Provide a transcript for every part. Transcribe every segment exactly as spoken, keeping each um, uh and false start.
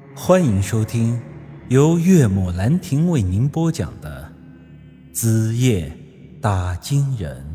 欢迎收听由岳母兰亭为您播讲的子夜打金人。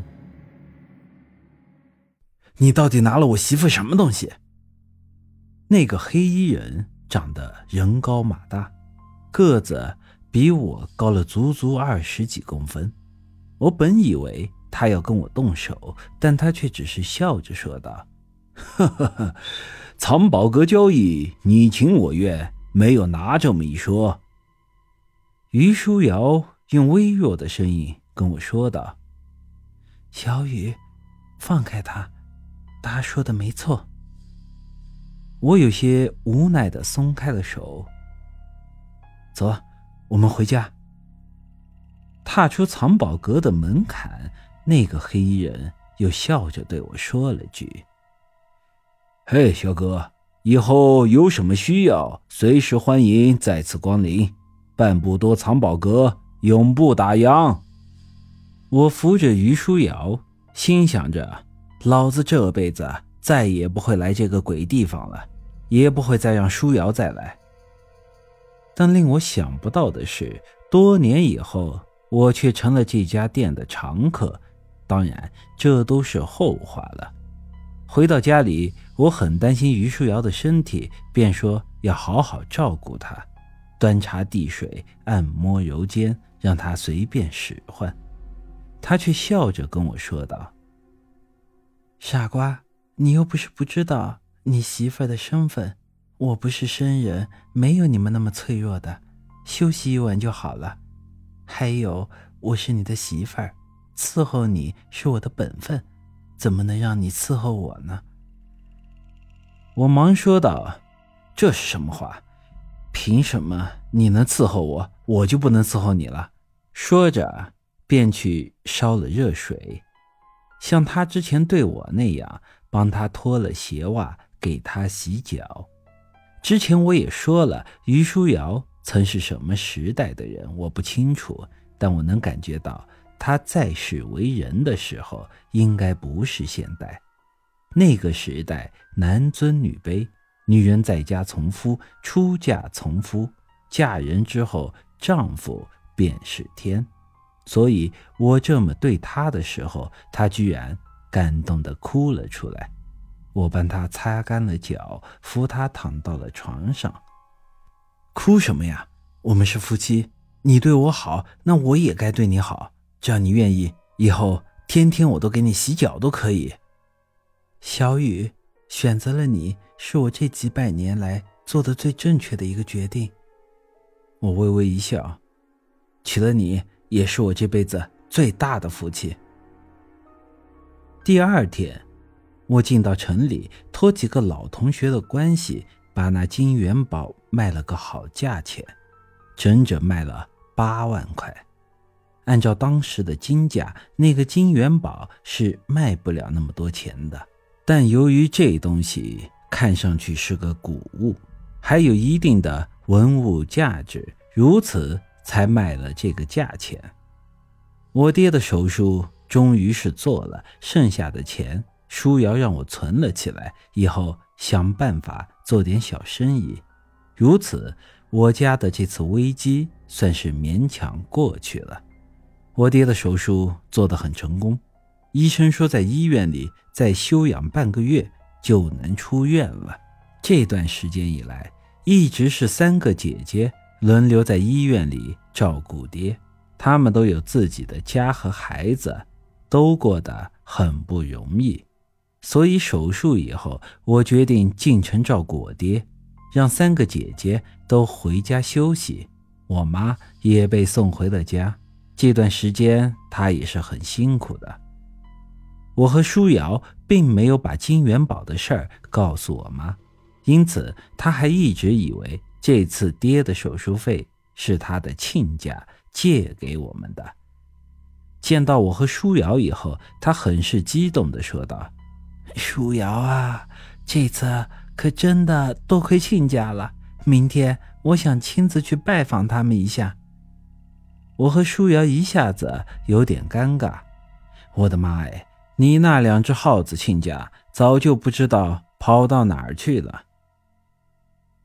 你到底拿了我媳妇什么东西？ 那个黑衣人长得人高马大，个子比我高了足足二十几公分。我本以为他要跟我动手，但他却只是笑着说道： 呵呵呵，藏宝阁交易你情我愿，没有拿这么一说。 于书瑶用微弱的声音跟我说道： 小雨，放开他，他说的没错。 我有些无奈地松开了手。 走，我们回家。 踏出藏宝阁的门槛，那个黑衣人又笑着对我说了句： 嘿，小哥，以后有什么需要，随时欢迎再次光临，半步多藏宝阁，永不打烊。 我扶着于书瑶，心想着老子这辈子再也不会来这个鬼地方了，也不会再让书瑶再来。但令我想不到的是，多年以后我却成了这家店的常客，当然这都是后话了。回到家里，我很担心于书瑶的身体，便说要好好照顾她，端茶递水，按摩揉肩，让她随便使唤。她却笑着跟我说道： 傻瓜，你又不是不知道你媳妇儿的身份，我不是生人，没有你们那么脆弱的，休息一晚就好了。还有，我是你的媳妇儿，伺候你是我的本分，怎么能让你伺候我呢？ 我忙说道：这是什么话？凭什么你能伺候我，我就不能伺候你了？说着便去烧了热水，像他之前对我那样，帮他脱了鞋袜，给他洗脚。之前我也说了，于书瑶曾是什么时代的人我不清楚，但我能感觉到他在世为人的时候应该不是现代。那个时代男尊女卑，女人在家从夫，出嫁从夫，嫁人之后丈夫便是天。所以我这么对他的时候，他居然感动地哭了出来。我帮他擦干了脚，扶他躺到了床上。 哭什么呀？我们是夫妻，你对我好，那我也该对你好，只要你愿意，以后天天我都给你洗脚都可以。 小雨，选择了你是我这几百年来做的最正确的一个决定。 我微微一笑，娶了你也是我这辈子最大的福气。第二天，我进到城里，托几个老同学的关系，把那金元宝卖了个好价钱，整整卖了八万块。按照当时的金价，那个金元宝是卖不了那么多钱的，但由于这东西看上去是个古物，还有一定的文物价值，如此才卖了这个价钱。我爹的手术终于是做了，剩下的钱书瑶让我存了起来，以后想办法做点小生意。如此，我家的这次危机算是勉强过去了。我爹的手术做得很成功，医生说在医院里再休养半个月就能出院了。这段时间以来，一直是三个姐姐轮流在医院里照顾爹，她们都有自己的家和孩子，都过得很不容易。所以手术以后，我决定进城照顾我爹，让三个姐姐都回家休息，我妈也被送回了家。这段时间她也是很辛苦的。我和书瑶并没有把金元宝的事儿告诉我妈，因此她还一直以为这次爹的手术费是她的亲家借给我们的。见到我和书瑶以后，她很是激动地说道： 书瑶啊，这次可真的多亏亲家了，明天我想亲自去拜访他们一下。 我和书瑶一下子有点尴尬。我的妈哎，你那两只耗子亲家早就不知道跑到哪儿去了。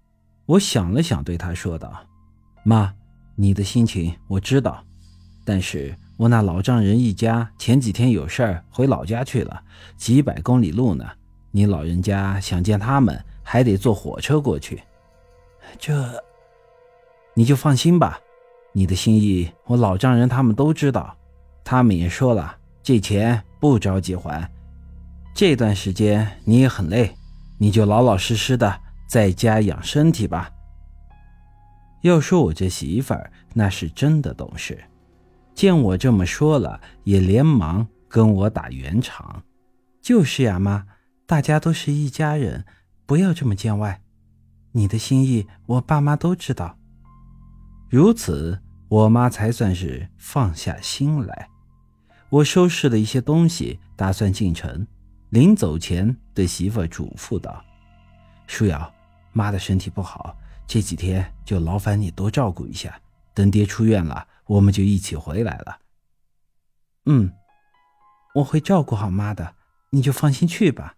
我想了想，对她说道：“妈，你的心情我知道，但是我那老丈人一家前几天有事儿回老家去了，几百公里路呢。你老人家想见他们，还得坐火车过去。这，你就放心吧，你的心意我老丈人他们都知道，他们也说了，这钱不着急还。这段时间你也很累，你就老老实实的在家养身体吧。”要说我这媳妇儿那是真的懂事，见我这么说了，也连忙跟我打圆场。 就是呀妈，大家都是一家人，不要这么见外。你的心意我爸妈都知道。 如此，我妈才算是放下心来。我收拾了一些东西，打算进城。临走前对媳妇儿嘱咐道：“舒瑶，妈的身体不好，这几天就劳烦你多照顾一下，等爹出院了，我们就一起回来了。”“ 嗯，我会照顾好妈的，你就放心去吧。”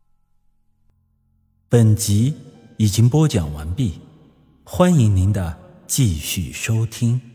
本集已经播讲完毕，欢迎您的继续收听。